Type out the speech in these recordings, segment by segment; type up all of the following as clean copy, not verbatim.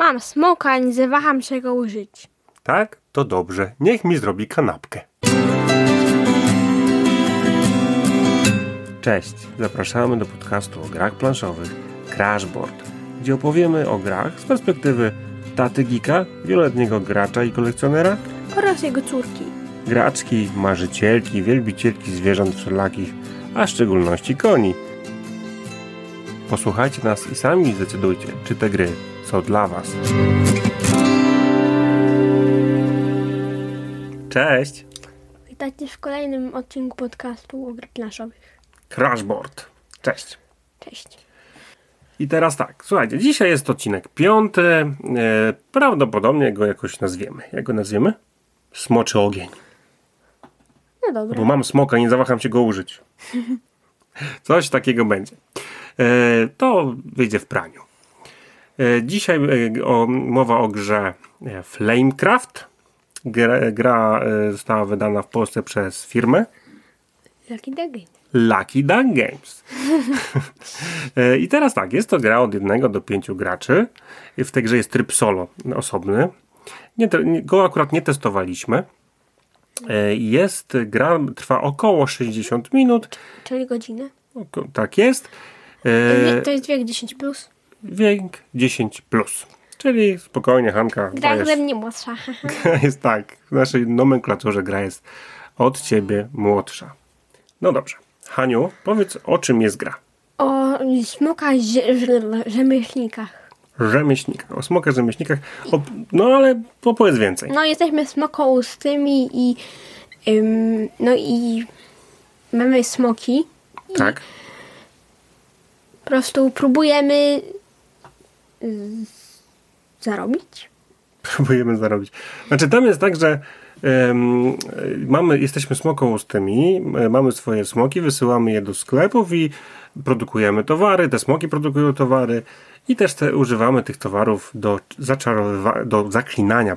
mam smoka, nie zawaham się go użyć. Tak? To dobrze. Niech mi zrobi kanapkę. Cześć. Zapraszamy do podcastu o grach planszowych Crashboard, gdzie opowiemy o grach z perspektywy taty geeka, wieloletniego gracza i kolekcjonera Oraz jego córki. Graczki, marzycielki, wielbicielki zwierząt wszelakich, a w szczególności koni. Posłuchajcie nas i sami zdecydujcie, czy te gry są dla Was. Cześć! Witajcie w kolejnym odcinku podcastu o grach planszowych. Crashboard. Cześć! Cześć. I teraz tak, słuchajcie, dzisiaj jest odcinek 5. Prawdopodobnie go jakoś nazwiemy. Jak go nazwiemy? Smoczy ogień. No dobra. Bo mam smoka, nie zawaham się go użyć. Coś takiego będzie. To wyjdzie w praniu. Dzisiaj mowa o grze Flamecraft. Gra została wydana w Polsce przez firmę Lucky Duck Games. I teraz tak, jest to gra od 1 do 5 graczy. W tej grze jest tryb solo osobny. Go akurat nie testowaliśmy. Trwa około 60 minut. Czyli godzinę. Tak jest. To jest wiek 10+. Wiek 10+. Czyli spokojnie, Hanka. Gra ode mnie młodsza. Gra jest tak. W naszej nomenklaturze gra jest od ciebie młodsza. No dobrze. Haniu, powiedz, o czym jest gra? O smoka rzemieślnikach. O smokach rzemieślnikach. No ale opowiedz więcej. No jesteśmy smokołustymi i mamy smoki. Tak. Po prostu próbujemy zarobić. Próbujemy zarobić. Znaczy tam jest tak, że jesteśmy smokołustymi, mamy swoje smoki, wysyłamy je do sklepów i produkujemy towary, te smoki produkują towary i też używamy tych towarów do zaklinania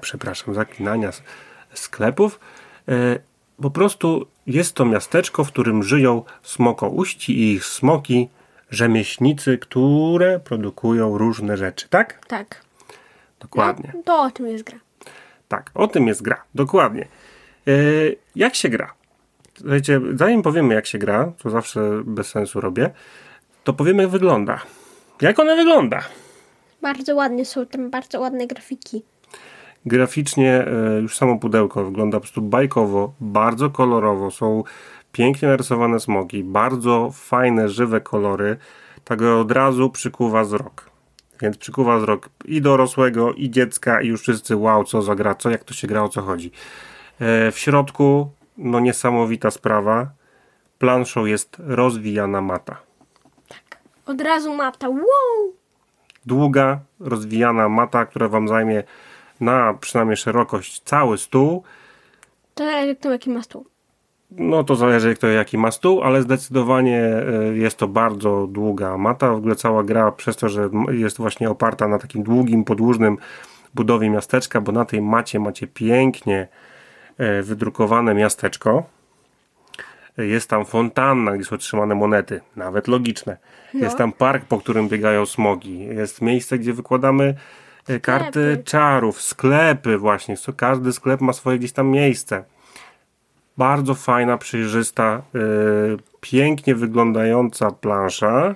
sklepów. Po prostu jest to miasteczko, w którym żyją smokouści i ich smoki, rzemieślnicy, które produkują różne rzeczy, tak? Tak. Dokładnie. No, to o tym jest gra. Tak, o tym jest gra, dokładnie. Jak się gra? Słuchajcie, zanim powiemy jak się gra, co zawsze bez sensu robię, to powiemy jak wygląda. Jak ona wygląda? Bardzo ładnie, są tam bardzo ładne grafiki. Graficznie już samo pudełko wygląda po prostu bajkowo, bardzo kolorowo, są pięknie narysowane smoki, bardzo fajne, żywe kolory, tak od razu przykuwa wzrok. Więc przykuwa wzrok i dorosłego, i dziecka, i już wszyscy wow, co za gra, jak to się gra, o co chodzi. W środku, no niesamowita sprawa, planszą jest rozwijana mata. Tak, od razu mata, wow! Długa, rozwijana mata, która wam zajmie na przynajmniej szerokość cały stół. To zależy kto jaki ma stół. No to zależy kto jaki ma stół, ale zdecydowanie jest to bardzo długa mata. W ogóle cała gra przez to, że jest właśnie oparta na takim długim, podłużnym budowie miasteczka, bo na tej macie macie pięknie wydrukowane miasteczko. Jest tam fontanna, gdzie są trzymane monety, nawet logiczne. No. Jest tam park, po którym biegają smogi. Jest miejsce, gdzie wykładamy karty czarów, sklepy właśnie. Każdy sklep ma swoje gdzieś tam miejsce. Bardzo fajna, przejrzysta, pięknie wyglądająca plansza.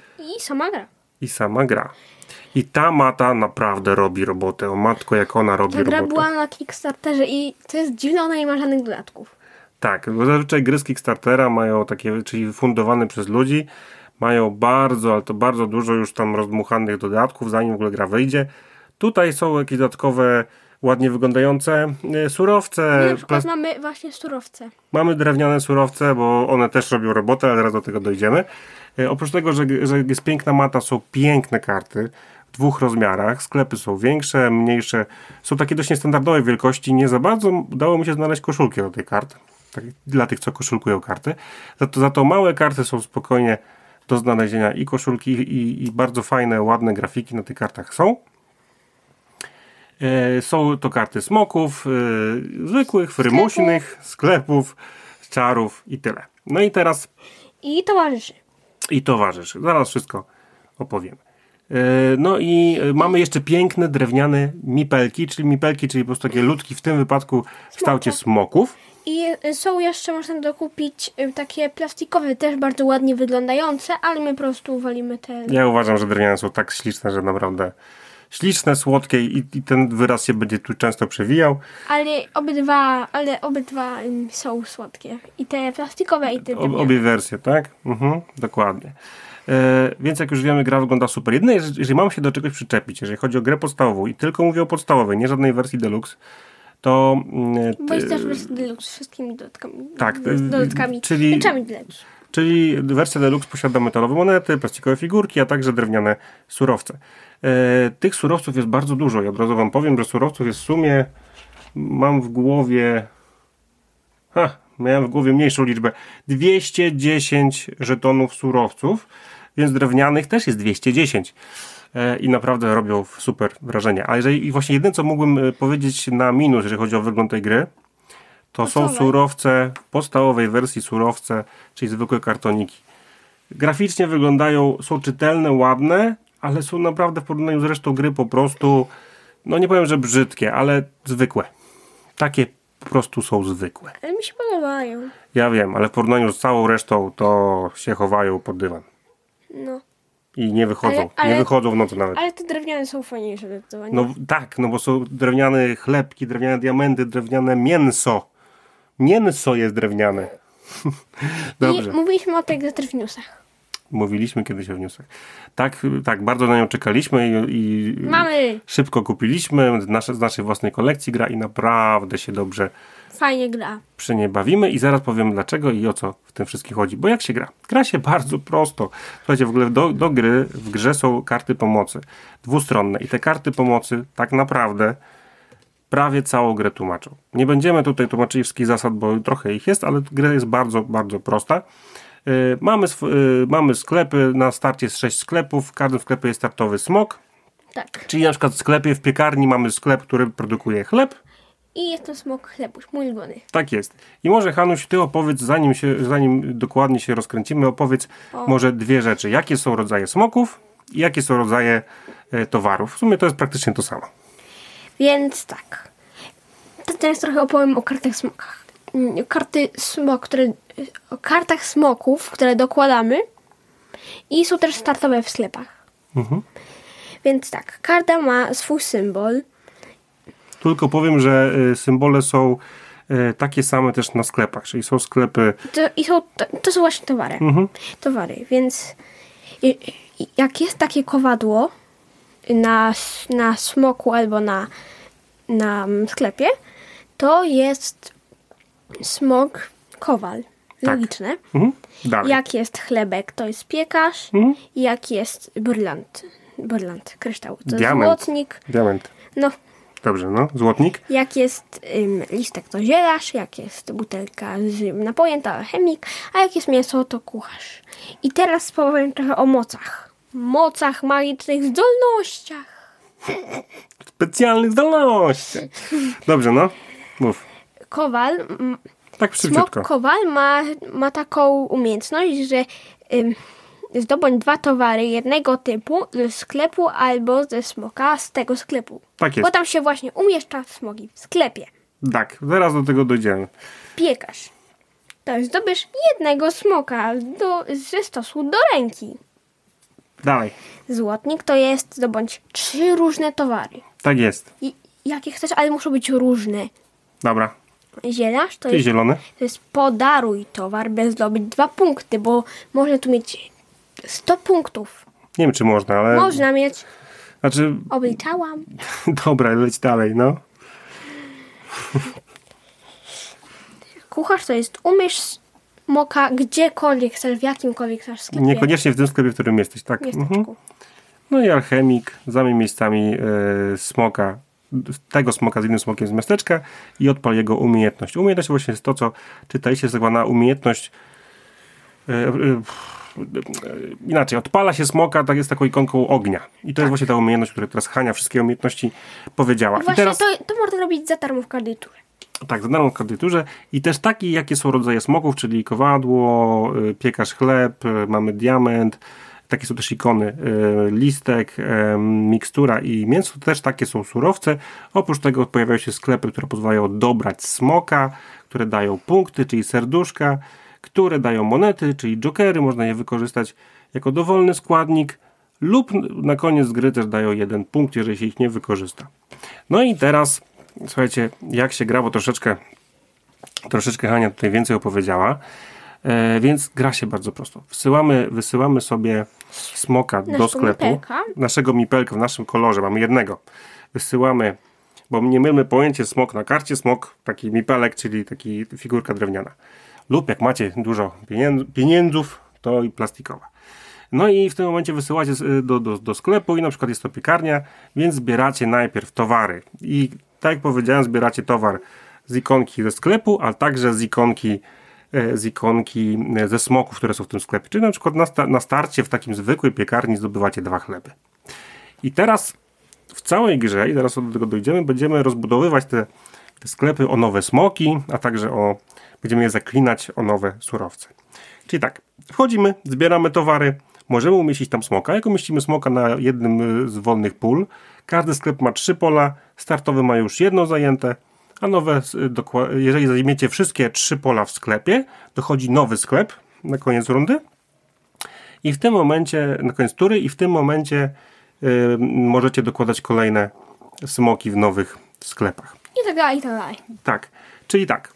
I sama gra. I ta mata naprawdę robi robotę. O matko, jak ona robi robotę. Ta gra była na Kickstarterze i to jest dziwne, ona nie ma żadnych dodatków. Tak, bo zazwyczaj gry z Kickstartera mają takie, czyli fundowane przez ludzi, mają bardzo, ale to bardzo dużo już tam rozdmuchanych dodatków, zanim w ogóle gra wyjdzie. Tutaj są jakieś dodatkowe, ładnie wyglądające surowce. My na przykład mamy właśnie surowce. Mamy drewniane surowce, bo one też robią robotę, ale zaraz do tego dojdziemy. Oprócz tego, że jest piękna mata, są piękne karty w 2 rozmiarach. Sklepy są większe, mniejsze. Są takie dość niestandardowej wielkości. Nie za bardzo udało mi się znaleźć koszulki do tych kart. Tak, dla tych, co koszulkują karty. Za to małe karty są spokojnie do znalezienia i koszulki, i bardzo fajne, ładne grafiki na tych kartach są. Są to karty smoków, zwykłych, frymuśnych, sklepów, czarów i tyle. No i teraz... I towarzyszy. Zaraz wszystko opowiemy. No i mamy jeszcze piękne drewniane mipelki, czyli po prostu takie ludki, w tym wypadku w kształcie smoków. I są jeszcze, można dokupić takie plastikowe, też bardzo ładnie wyglądające, ale my po prostu walimy te... Ja uważam, że drewniane są tak śliczne, że naprawdę śliczne, słodkie i ten wyraz się będzie tu często przewijał. Ale obydwa są słodkie. I te plastikowe, i te drewniane. Obie wersje, tak? Dokładnie. Więc jak już wiemy, gra wygląda super. Jedyne, jeżeli mam się do czegoś przyczepić, jeżeli chodzi o grę podstawową i tylko mówię o podstawowej, nie żadnej wersji deluxe, to... Bo jest też wersja deluxe z wszystkimi dodatkami. Tak. Dodatkami, rzeczami deluxe. Czyli wersja deluxe posiada metalowe monety, plastikowe figurki, a także drewniane surowce. Tych surowców jest bardzo dużo i od razu wam powiem, że surowców jest w sumie, mam w głowie... Miałem w głowie mniejszą liczbę. 210 żetonów surowców, więc drewnianych też jest 210. I naprawdę robią super wrażenie. A jeżeli właśnie jedyne, co mógłbym powiedzieć na minus, jeżeli chodzi o wygląd tej gry, to są surowce, w podstawowej wersji surowce, czyli zwykłe kartoniki. Graficznie wyglądają, są czytelne, ładne, ale są naprawdę w porównaniu z resztą gry po prostu, no nie powiem, że brzydkie, ale zwykłe. Takie po prostu są zwykłe. Ale mi się podobają. Ja wiem, ale w porównaniu z całą resztą to się chowają pod dywan. No. I nie wychodzą. Nie wychodzą w nocy nawet. Ale te drewniane są fajniejsze zdecydowanie. No tak, no bo są drewniane chlebki, drewniane diamenty, drewniane mięso. Mięso jest drewniane. Dobrze. I mówiliśmy o tych newsach. Mówiliśmy kiedyś o newsach. Tak, bardzo na nią czekaliśmy i mamy. Szybko kupiliśmy z naszej własnej kolekcji gra i naprawdę się dobrze fajnie gra. Przy niej bawimy i zaraz powiem dlaczego i o co w tym wszystkim chodzi. Bo jak się gra? Gra się bardzo prosto. Słuchajcie, w ogóle do gry, w grze są karty pomocy dwustronne i te karty pomocy tak naprawdę prawie całą grę tłumaczą. Nie będziemy tutaj tłumaczyli wszystkich zasad, bo trochę ich jest, ale gra jest bardzo, bardzo prosta. Mamy sklepy, na starcie jest 6 sklepów, w każdym sklepie jest startowy smok. Tak. Czyli na przykład w sklepie, w piekarni mamy sklep, który produkuje chleb. I jest to smok chlebuś, mój ulubiony. Tak jest. I może Hanuś, ty opowiedz, zanim dokładnie się rozkręcimy, może dwie rzeczy. Jakie są rodzaje smoków i jakie są rodzaje towarów. W sumie to jest praktycznie to samo. Więc tak. Teraz trochę opowiem o kartach smokach. O kartach smoków, które dokładamy i są też startowe w sklepach. Więc tak, karta ma swój symbol. Tylko powiem, że symbole są takie same też na sklepach, czyli są sklepy... To są właśnie towary. Towary, więc jak jest takie kowadło na smoku albo na sklepie, to jest smok kowal. Logiczne. Dalej. Jak jest chlebek, to jest piekarz. I jak jest brylant, kryształ, to Diament. Złotnik. Diament. No. Dobrze, złotnik. Jak jest listek, to zielarz. Jak jest butelka z napojem, to alchemik. A jak jest mięso, to kucharz. I teraz powiem trochę o mocach. Mocach, magicznych zdolnościach. Specjalnych zdolnościach. Dobrze, mów. Kowal... Tak szybciutko. Smok kowal ma taką umiejętność, że zdobądź 2 towary jednego typu ze sklepu albo ze smoka z tego sklepu. Tak jest. Bo tam się właśnie umieszcza smoki w sklepie. Tak, zaraz do tego dojdziemy. Piekarz. To zdobysz jednego smoka ze stosu do ręki. Dalej. Złotnik to jest zdobądź 3 różne towary. Tak jest. I jakie chcesz, ale muszą być różne. Dobra. Zielarz to jest zielony. To jest podaruj towar, by zdobyć 2 punkty, bo można tu mieć 100 punktów. Nie wiem, czy można, ale... Można mieć. Znaczy... Obliczałam. Dobra, leć dalej, Kucharz to jest umysz smoka gdziekolwiek chcesz, w jakimkolwiek chcesz sklepie. Niekoniecznie w tym sklepie, w którym jesteś, tak. No i alchemik, zamień miejscami smoka, tego smoka z innym smokiem z miasteczka i odpal jego umiejętność. Umiejętność właśnie jest to, co czytaliście, jest tak zwana umiejętność inaczej, odpala się smoka tak jest taką ikonką ognia. I to jest właśnie ta umiejętność, która teraz Hania wszystkie umiejętności powiedziała. Właśnie i teraz, to można robić za darmo w kardyturze. Tak, za darmo w kardyturze. I też jakie są rodzaje smoków, czyli kowadło, piekarz chleb, mamy diament, Takie są też ikony. Listek, mikstura i mięso to też takie są surowce. Oprócz tego pojawiają się sklepy, które pozwalają dobrać smoka, które dają punkty, czyli serduszka, które dają monety, czyli jokery. Można je wykorzystać jako dowolny składnik lub na koniec gry też dają 1 punkt, jeżeli się ich nie wykorzysta. No i teraz, słuchajcie, jak się gra, bo troszeczkę Hania tutaj więcej opowiedziała, więc gra się bardzo prosto. Wysyłamy sobie smoka do sklepu. Naszego mipelka w naszym kolorze, mamy jednego. Wysyłamy, bo nie mylmy pojęcie smok na karcie, smok taki mipelek, czyli taki figurka drewniana. Lub jak macie dużo pieniędzów, to i plastikowa. No i w tym momencie wysyłacie do sklepu i na przykład jest to piekarnia, więc zbieracie najpierw towary. I tak jak powiedziałem, zbieracie towar z ikonki ze sklepu, a także z ikonki ze smoków, które są w tym sklepie. Czyli na przykład na starcie w takim zwykłej piekarni zdobywacie 2 chleby. I teraz w całej grze, i zaraz do tego dojdziemy, będziemy rozbudowywać te sklepy o nowe smoki, a także będziemy je zaklinać o nowe surowce. Czyli tak, wchodzimy, zbieramy towary, możemy umieścić tam smoka. Jak umieścimy smoka na jednym z wolnych pól, każdy sklep ma 3 pola, startowy ma już 1 zajęte, a nowe, jeżeli zajmiecie wszystkie 3 pola w sklepie, dochodzi nowy sklep na koniec rundy i w tym momencie, na koniec tury i w tym momencie możecie dokładać kolejne smoki w nowych sklepach. I tak dalej, i tak dalej. Tak, czyli tak,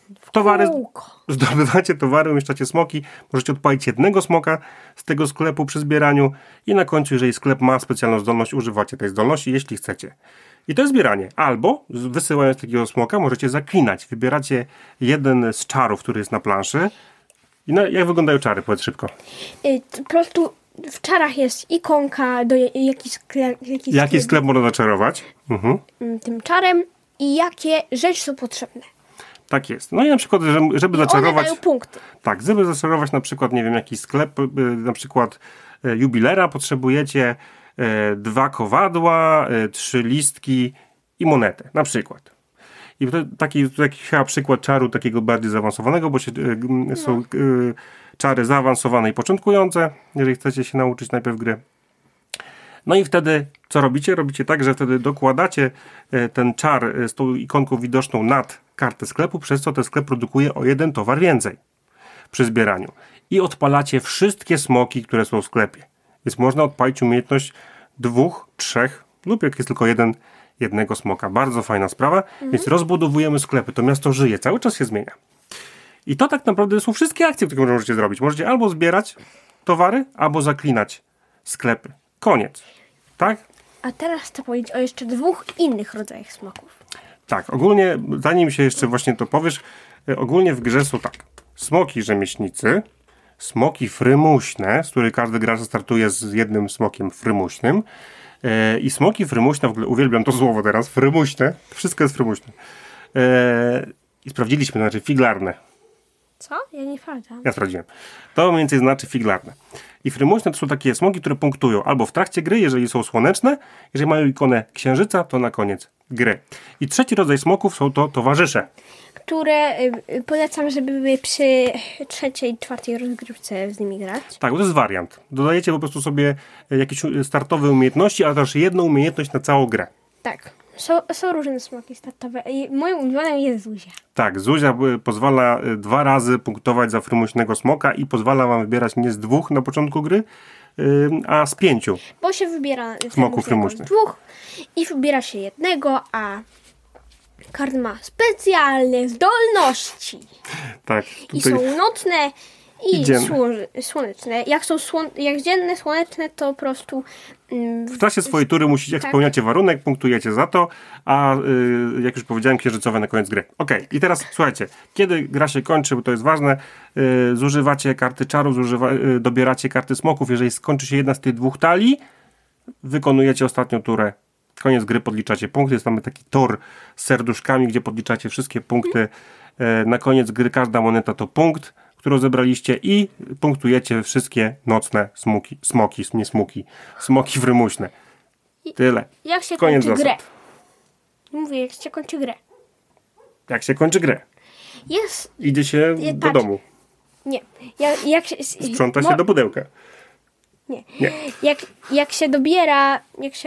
zdobywacie towary, umieszczacie smoki, możecie odpalić 1 smoka z tego sklepu przy zbieraniu i na końcu, jeżeli sklep ma specjalną zdolność, używacie tej zdolności, jeśli chcecie. I to jest zbieranie. Albo wysyłając takiego smoka możecie zaklinać. Wybieracie jeden z czarów, który jest na planszy. I jak wyglądają czary? Powiedz szybko. Po prostu w czarach jest ikonka, do jaki sklep można zaczarować. Tym czarem i jakie rzeczy są potrzebne. Tak jest. No i na przykład, żeby zaczarować... One dają punkty. Tak, żeby zaczarować na przykład, nie wiem, jakiś sklep, na przykład jubilera, potrzebujecie 2 kowadła, 3 listki i monetę, na przykład. I to taki chyba przykład czaru takiego bardziej zaawansowanego, bo są czary zaawansowane i początkujące, jeżeli chcecie się nauczyć najpierw gry. No i wtedy co robicie? Robicie tak, że wtedy dokładacie ten czar z tą ikonką widoczną nad kartę sklepu, przez co ten sklep produkuje o 1 towar więcej przy zbieraniu. I odpalacie wszystkie smoki, które są w sklepie. Więc można odpalić umiejętność 2, 3 lub jak jest tylko jednego smoka. Bardzo fajna sprawa. Więc rozbudowujemy sklepy. To miasto żyje. Cały czas się zmienia. I to tak naprawdę są wszystkie akcje, które możecie zrobić. Możecie albo zbierać towary, albo zaklinać sklepy. Koniec. Tak? A teraz chcę powiedzieć o jeszcze 2 innych rodzajach smoków. Tak. Ogólnie, zanim się jeszcze właśnie to powiesz, ogólnie w grze są tak. Smoki rzemieślnicy, smoki frymuśne, z których każdy gracz startuje z jednym smokiem frymuśnym. I smoki frymuśne, w ogóle uwielbiam to słowo teraz, frymuśne, wszystko jest frymuśne. I sprawdziliśmy, znaczy figlarne. Co? Ja nie sprawdzam. Ja sprawdziłem. To mniej więcej znaczy figlarne. I frymuśne to są takie smoki, które punktują albo w trakcie gry, jeżeli są słoneczne, jeżeli mają ikonę księżyca, to na koniec gry. I trzeci rodzaj smoków są to towarzysze. Które polecam, żeby były przy 3., 4. rozgrywce z nimi grać. Tak, bo to jest wariant. Dodajecie po prostu sobie jakieś startowe umiejętności, a też 1 umiejętność na całą grę. Tak. Są różne smoki startowe. I moim ulubionym jest Zuzia. Tak, Zuzia pozwala 2 razy punktować za frymuśnego smoka i pozwala wam wybierać nie z 2 na początku gry, a z 5. Bo się wybiera smoków frymuśnych. 2 i wybiera się jednego, a każdy ma specjalne zdolności. Tak. I są nocne i słoneczne. Jak dzienne, słoneczne, to po prostu... w czasie swojej tury musicie, jak spełniacie warunek, punktujecie za to, a jak już powiedziałem, księżycowe na koniec gry. Okej, i teraz słuchajcie, kiedy gra się kończy, bo to jest ważne, zużywacie karty czarów, dobieracie karty smoków, jeżeli skończy się jedna z tych 2 talii, wykonujecie ostatnią turę. Koniec gry, podliczacie punkty. Jest tam taki tor z serduszkami, gdzie podliczacie wszystkie punkty. Na koniec gry każda moneta to punkt, którą zebraliście i punktujecie wszystkie nocne smoki frymuśne. Tyle. Jak się Koniec kończy zasad. grę? Mówię, jak się kończy grę. Jak się kończy grę? Idzie się do domu. Nie. Sprząta się do pudełka. Nie. Nie. Jak się dobiera,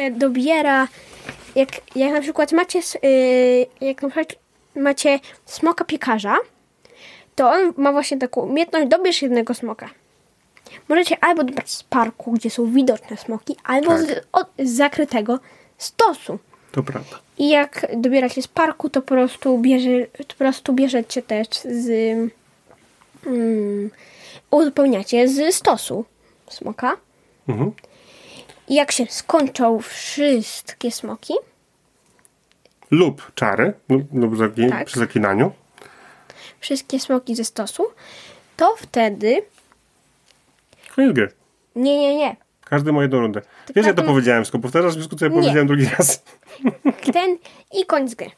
jak na przykład macie smoka piekarza, to on ma właśnie taką umiejętność, dobierz jednego smoka. Możecie albo dobrać z parku, gdzie są widoczne smoki, albo Tak. z zakrytego stosu. To prawda. I jak dobieracie z parku, to po prostu bierzecie też uzupełniacie z stosu smoka. Mhm. I jak się skończą wszystkie smoki, Lub czary, lub Tak. przy zaklinaniu. wszystkie smoki ze stosu, to wtedy... Koniec gry. Nie. Każdy ma jedną rundę. Wiesz, ja to powiedziałem, wszystko powtarzasz wszystko, co ja powiedziałem drugi raz. Ten i koniec gry.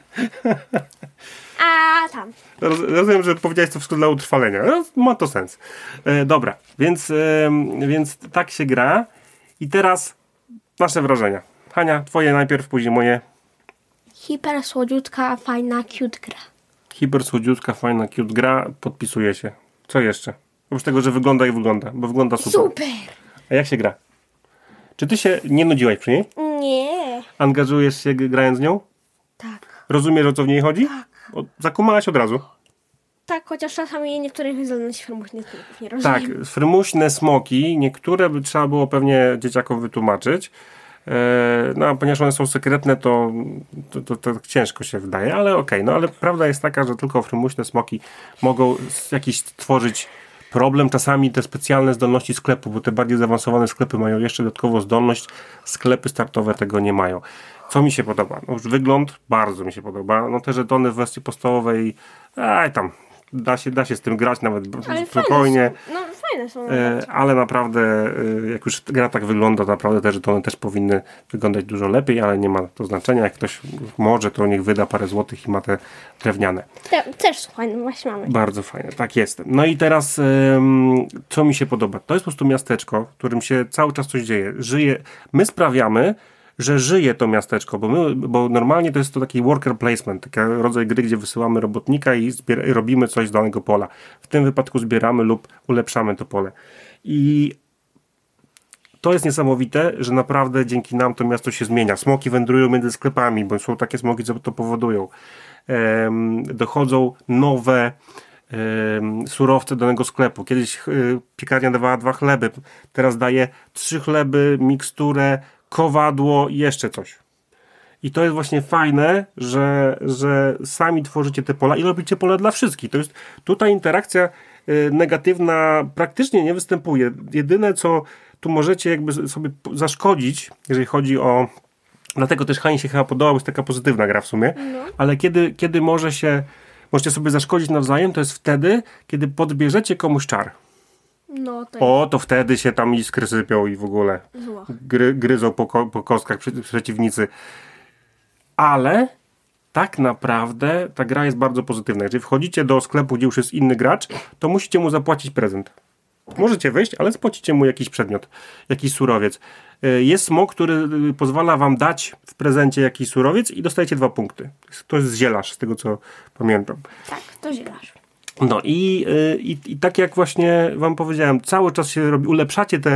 A tam. Rozumiem, że powiedziałeś to wszystko dla utrwalenia. No, ma to sens. Dobra, więc tak się gra. I teraz nasze wrażenia. Hania, twoje najpierw, później moje. Hiper słodziutka, fajna, cute gra. Hiper słodziutka, fajna, cute gra. Podpisuje się. Co jeszcze? Oprócz tego, że wygląda, bo wygląda super. Super! A jak się gra? Czy ty się nie nudziłaś przy niej? Nie. Angażujesz się grając z nią? Tak. Rozumiesz, o co w niej chodzi? Tak. Zakumałaś od razu. Tak, chociaż czasami niektórych zdolności formułnych nie Tak, rozumiem. frymuśne smoki, niektóre by trzeba było pewnie dzieciakom wytłumaczyć. No a ponieważ one są sekretne, to tak ciężko się wydaje, ale okej. No ale prawda jest taka, że tylko frymuśne smoki mogą jakiś stworzyć problem. Czasami te specjalne zdolności sklepu, bo te bardziej zaawansowane sklepy mają jeszcze dodatkową zdolność, sklepy startowe tego nie mają. Co mi się podoba? No już wygląd bardzo mi się podoba. No te żetony w wersji podstawowej, tam da się z tym grać nawet Ale spokojnie. Fajne są. Ale naprawdę, jak już gra tak wygląda, naprawdę te żetony też powinny wyglądać dużo lepiej, ale nie ma to znaczenia. Jak ktoś może, to niech wyda parę złotych i ma te drewniane. Też są fajne, właśnie mamy. Bardzo fajne, tak jest. No i teraz, co mi się podoba? To jest po prostu miasteczko, w którym się cały czas coś dzieje. My sprawiamy, że żyje to miasteczko, bo normalnie to jest to taki worker placement, taki rodzaj gry, gdzie wysyłamy robotnika i robimy coś z danego pola. W tym wypadku zbieramy lub ulepszamy to pole. I to jest niesamowite, że naprawdę dzięki nam to miasto się zmienia. Smoki wędrują między sklepami, bo są takie smoki, co to powodują. Dochodzą nowe surowce do danego sklepu. Kiedyś piekarnia dawała 2 chleby, teraz daje 3 chleby, miksturę, kowadło i jeszcze coś. I to jest właśnie fajne, że sami tworzycie te pola i robicie pola dla wszystkich. To jest tutaj interakcja negatywna praktycznie nie występuje. Jedyne, co tu możecie jakby sobie zaszkodzić, jeżeli chodzi o... Dlatego też Hani się chyba podoba, bo jest taka pozytywna gra w sumie. No. Ale kiedy możecie sobie zaszkodzić nawzajem, to jest wtedy, kiedy podbierzecie komuś czar. No, to wtedy się tam iskry sypią i w ogóle gryzą po kostkach przeciwnicy. Ale tak naprawdę ta gra jest bardzo pozytywna. Jeżeli wchodzicie do sklepu, gdzie już jest inny gracz, to musicie mu zapłacić prezent. Możecie wejść, ale spłacicie mu jakiś przedmiot, jakiś surowiec. Jest smok, który pozwala wam dać w prezencie jakiś surowiec i dostajecie 2 punkty. To jest zielarz, z tego co pamiętam. Tak, to zielarz. No i tak jak właśnie wam powiedziałem, cały czas się robi, ulepszacie te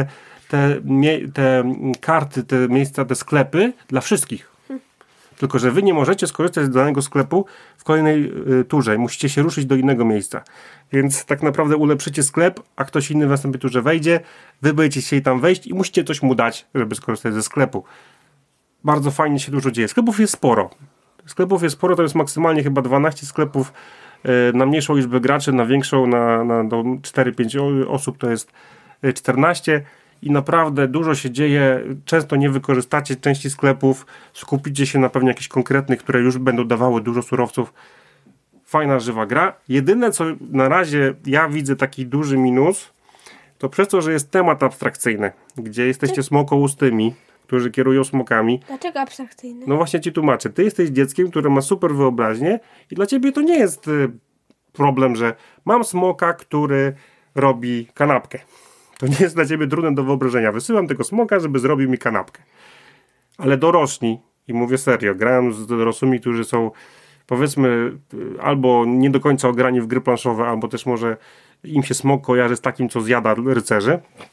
karty, te miejsca, te sklepy dla wszystkich. Tylko że wy nie możecie skorzystać z danego sklepu w kolejnej turze. Musicie się ruszyć do innego miejsca. Więc tak naprawdę ulepszycie sklep, a ktoś inny w następnej turze wejdzie, wy będziecie chcieli tam wejść i musicie coś mu dać, żeby skorzystać ze sklepu. Bardzo fajnie się dużo dzieje. Sklepów jest sporo, to jest maksymalnie chyba 12 sklepów na mniejszą liczbę graczy, na większą, do 4-5 osób to jest 14 i naprawdę dużo się dzieje. Często nie wykorzystacie części sklepów, skupicie się na pewnie jakichś konkretnych, które już będą dawały dużo surowców. Fajna, żywa gra. Jedyne, co na razie ja widzę taki duży minus, to przez to, że jest temat abstrakcyjny, gdzie jesteście smokołustymi, którzy kierują smokami. Dlaczego abstrakcyjny? No właśnie ci tłumaczę. Ty jesteś dzieckiem, które ma super wyobraźnię i dla ciebie to nie jest problem, że mam smoka, który robi kanapkę. To nie jest dla ciebie trudne do wyobrażenia. Wysyłam tego smoka, żeby zrobił mi kanapkę. Ale dorośli, i mówię serio, grałem z dorosłymi, którzy są powiedzmy albo nie do końca ograni w gry planszowe, albo też może im się smok kojarzy z takim, co zjada rycerzy.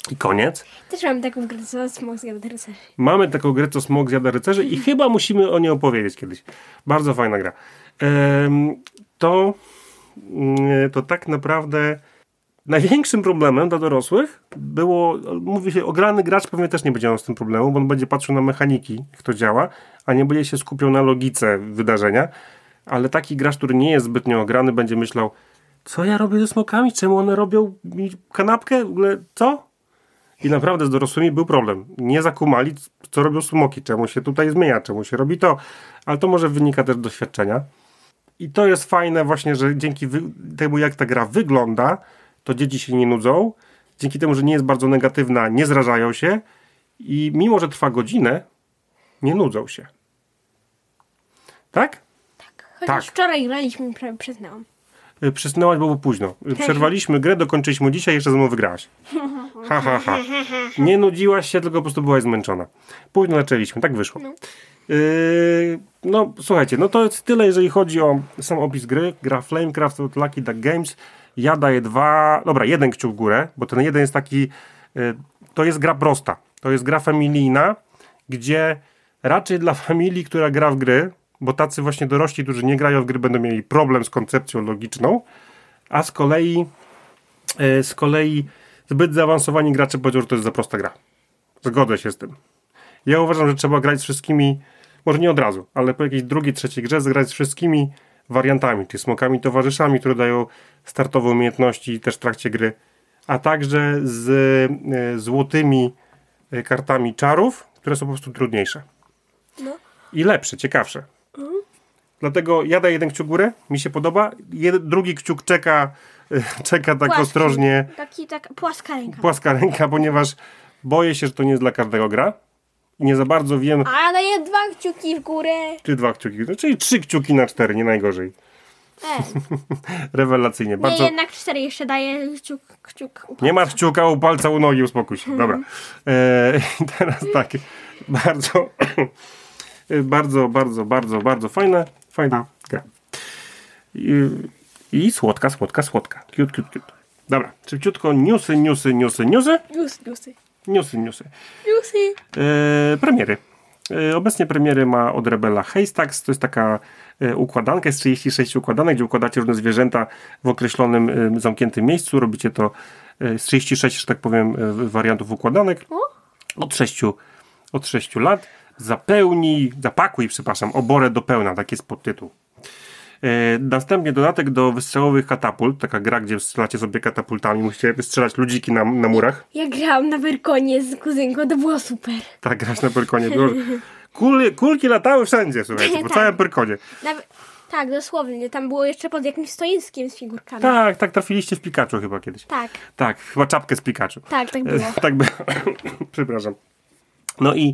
I koniec. Też mam taką grę, co Smok zjada rycerzy. Mamy taką grę, co Smok zjada rycerzy i chyba musimy o niej opowiedzieć kiedyś. Bardzo fajna gra. To tak naprawdę największym problemem dla dorosłych było, mówi się, ograny gracz pewnie też nie będzie miał z tym problemu, bo on będzie patrzył na mechaniki, jak to działa, a nie będzie się skupiał na logice wydarzenia, ale taki gracz, który nie jest zbytnio ograny, będzie myślał, co ja robię ze smokami? Czemu one robią mi kanapkę? W ogóle co? I naprawdę z dorosłymi był problem. Nie zakumali, co robią smoki, czemu się tutaj zmienia, czemu się robi to. Ale to może wynika też z doświadczenia. I to jest fajne właśnie, że dzięki temu, jak ta gra wygląda, to dzieci się nie nudzą. Dzięki temu, że nie jest bardzo negatywna, nie zrażają się. I mimo, że trwa godzinę, nie nudzą się. Tak? Chociaż Tak. wczoraj graliśmy, przyznałam. Przysnęłaś, bo było późno. Przerwaliśmy grę, dokończyliśmy dzisiaj, jeszcze znowu wygrałaś. Ha, ha, ha. Nie nudziłaś się, tylko po prostu byłaś zmęczona. Późno zaczęliśmy, tak wyszło. No, słuchajcie, no to jest tyle, jeżeli chodzi o sam opis gry. Gra Flamecraft od Lucky Duck Games. Ja daję 1 kciuk w górę, bo ten 1 jest taki, to jest gra prosta. To jest gra familijna, gdzie raczej dla familii, która gra w gry, bo tacy właśnie dorośli, którzy nie grają w gry, będą mieli problem z koncepcją logiczną, a z kolei zbyt zaawansowani gracze powiedzą, że to jest za prosta gra. Zgodzę się z tym. Ja uważam, że trzeba grać z wszystkimi, może nie od razu, ale po jakiejś drugiej, trzeciej grze zagrać z wszystkimi wariantami, czyli smokami towarzyszami, które dają startowe umiejętności też w trakcie gry, a także z złotymi kartami czarów, które są po prostu trudniejsze. No. I lepsze, ciekawsze. Dlatego ja daję 1 kciuk w górę, mi się podoba. Drugi kciuk czeka tak Płaski. ostrożnie. Taka płaska ręka. Płaska ręka, ponieważ boję się, że to nie jest dla każdego gra. I nie za bardzo wiem. A ja daję 2 kciuki w górę. Ty 2 kciuki, czyli 3 kciuki na 4, nie najgorzej. Rewelacyjnie. Nie, jednak 4 jeszcze daję kciuk. Nie masz kciuka u palca u nogi, uspokój się. Dobra. Teraz tak. Bardzo fajna gra. I słodka. Cute. Dobra, szybciutko newsy. Premiery. Obecnie premiery ma od Rebela Haystacks. To jest taka układanka, jest 36 układanek, gdzie układacie różne zwierzęta w określonym zamkniętym miejscu. Robicie to z 36, że tak powiem, wariantów układanek. Od 6 lat. Zapakuj, oborę do pełna, tak jest podtytuł. Następnie dodatek do wystrzałowych katapult, taka gra, gdzie strzelacie sobie katapultami, musicie wystrzelać ludziki na murach. Ja grałam na Pyrkonie z kuzynką, to było super. Tak, grać na Pyrkonie. Kulki latały wszędzie, słuchajcie, po całym Pyrkonie. Tak, dosłownie, tam było jeszcze pod jakimś stoiskiem z figurkami. Tak, trafiliście w Pikachu chyba kiedyś. Tak, chyba czapkę z Pikachu. Tak było. Tak było. Przepraszam. No i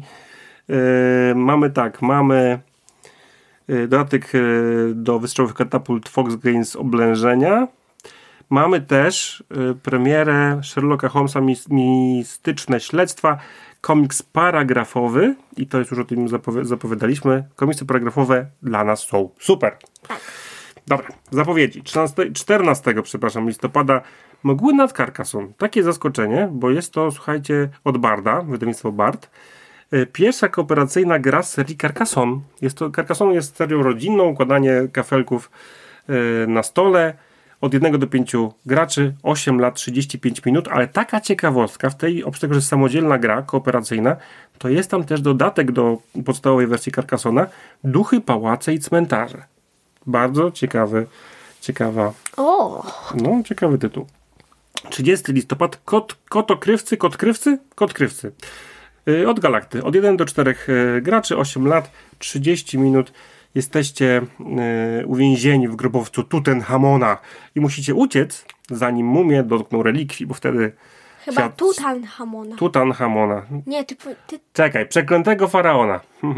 mamy dodatek do wystrzałowych katapult Fox Games Oblężenia. Mamy też premierę Sherlocka Holmesa Mistyczne Śledztwa, komiks paragrafowy i to jest już o tym zapowiadaliśmy. Komiksy paragrafowe dla nas są super. Tak. Dobra, zapowiedzi. 14 listopada Mgły nad Carcassonne. Takie zaskoczenie, bo jest to, słuchajcie, od Barda, wydawnictwo Bard. Pierwsza kooperacyjna gra z serii Carcassonne. Carcassonne jest serią rodzinną, układanie kafelków na stole. Od 1 do 5 graczy, 8 lat, 35 minut, ale taka ciekawostka, oprócz tego, że jest samodzielna gra kooperacyjna, to jest tam też dodatek do podstawowej wersji Carcassonne'a, Duchy, pałace i cmentarze. Bardzo ciekawa. Ciekawy tytuł. 30 listopad, Kotkrywcy. Od Galakty. Od 1 do 4 graczy, 8 lat, 30 minut. Jesteście uwięzieni w grobowcu Tutenchamona i musicie uciec, zanim mumie dotkną relikwii, bo wtedy... Chyba Tutenchamona. Nie, ty... Czekaj, przeklętego faraona.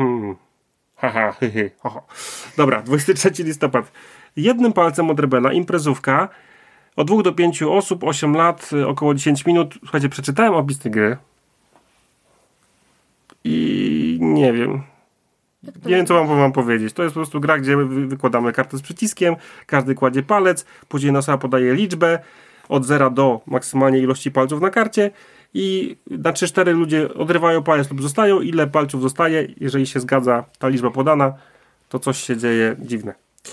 Dobra, 23 listopad. Jednym palcem od Rebela, imprezówka. Od 2 do 5 osób, 8 lat, około 10 minut. Słuchajcie, przeczytałem opis tej gry i nie wiem. Nie wiem, co mam wam powiedzieć. To jest po prostu gra, gdzie wykładamy kartę z przyciskiem, każdy kładzie palec, później osoba podaje liczbę od 0 do maksymalnej ilości palców na karcie i na 3-4 ludzie odrywają palec lub zostają. Ile palców zostaje, jeżeli się zgadza ta liczba podana, to coś się dzieje dziwne.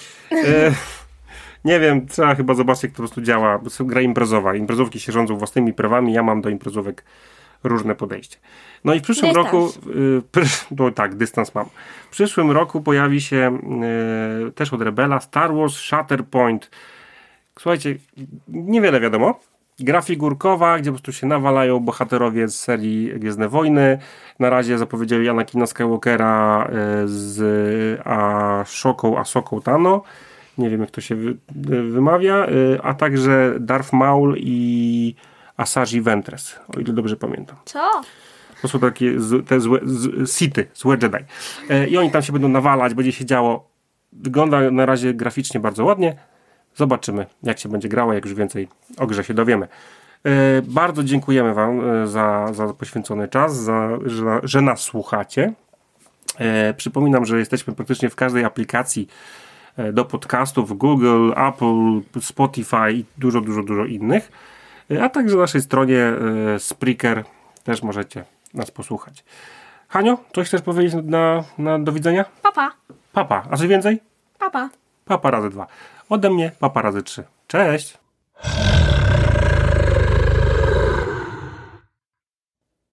Nie wiem, trzeba chyba zobaczyć, jak to po prostu działa. To jest gra imprezowa. Imprezówki się rządzą własnymi prawami. Ja mam do imprezówek różne podejście. No i w przyszłym roku... no tak, dystans mam. W przyszłym roku pojawi się też od Rebela Star Wars Shatterpoint. Słuchajcie, niewiele wiadomo. Gra figurkowa, gdzie po prostu się nawalają bohaterowie z serii Gwiezdne Wojny. Na razie zapowiedzieli Anakina Skywalkera z Ahsoką Tano. Nie wiem, jak to się wymawia. A także Darth Maul i Asajj Ventress, o ile dobrze pamiętam. Co? To są takie te Sithy, złe Jedi. I oni tam się będą nawalać, będzie się działo. Wygląda na razie graficznie bardzo ładnie. Zobaczymy, jak się będzie grało, jak już więcej o grze się dowiemy. Bardzo dziękujemy wam za poświęcony czas, że nas słuchacie. Przypominam, że jesteśmy praktycznie w każdej aplikacji do podcastów, Google, Apple, Spotify i dużo innych. A także na naszej stronie Spreaker też możecie nas posłuchać. Haniu, coś chcesz powiedzieć na do widzenia? Papa. Papa. A coś więcej? Papa. Papa razy 2. Ode mnie papa razy 3. Cześć!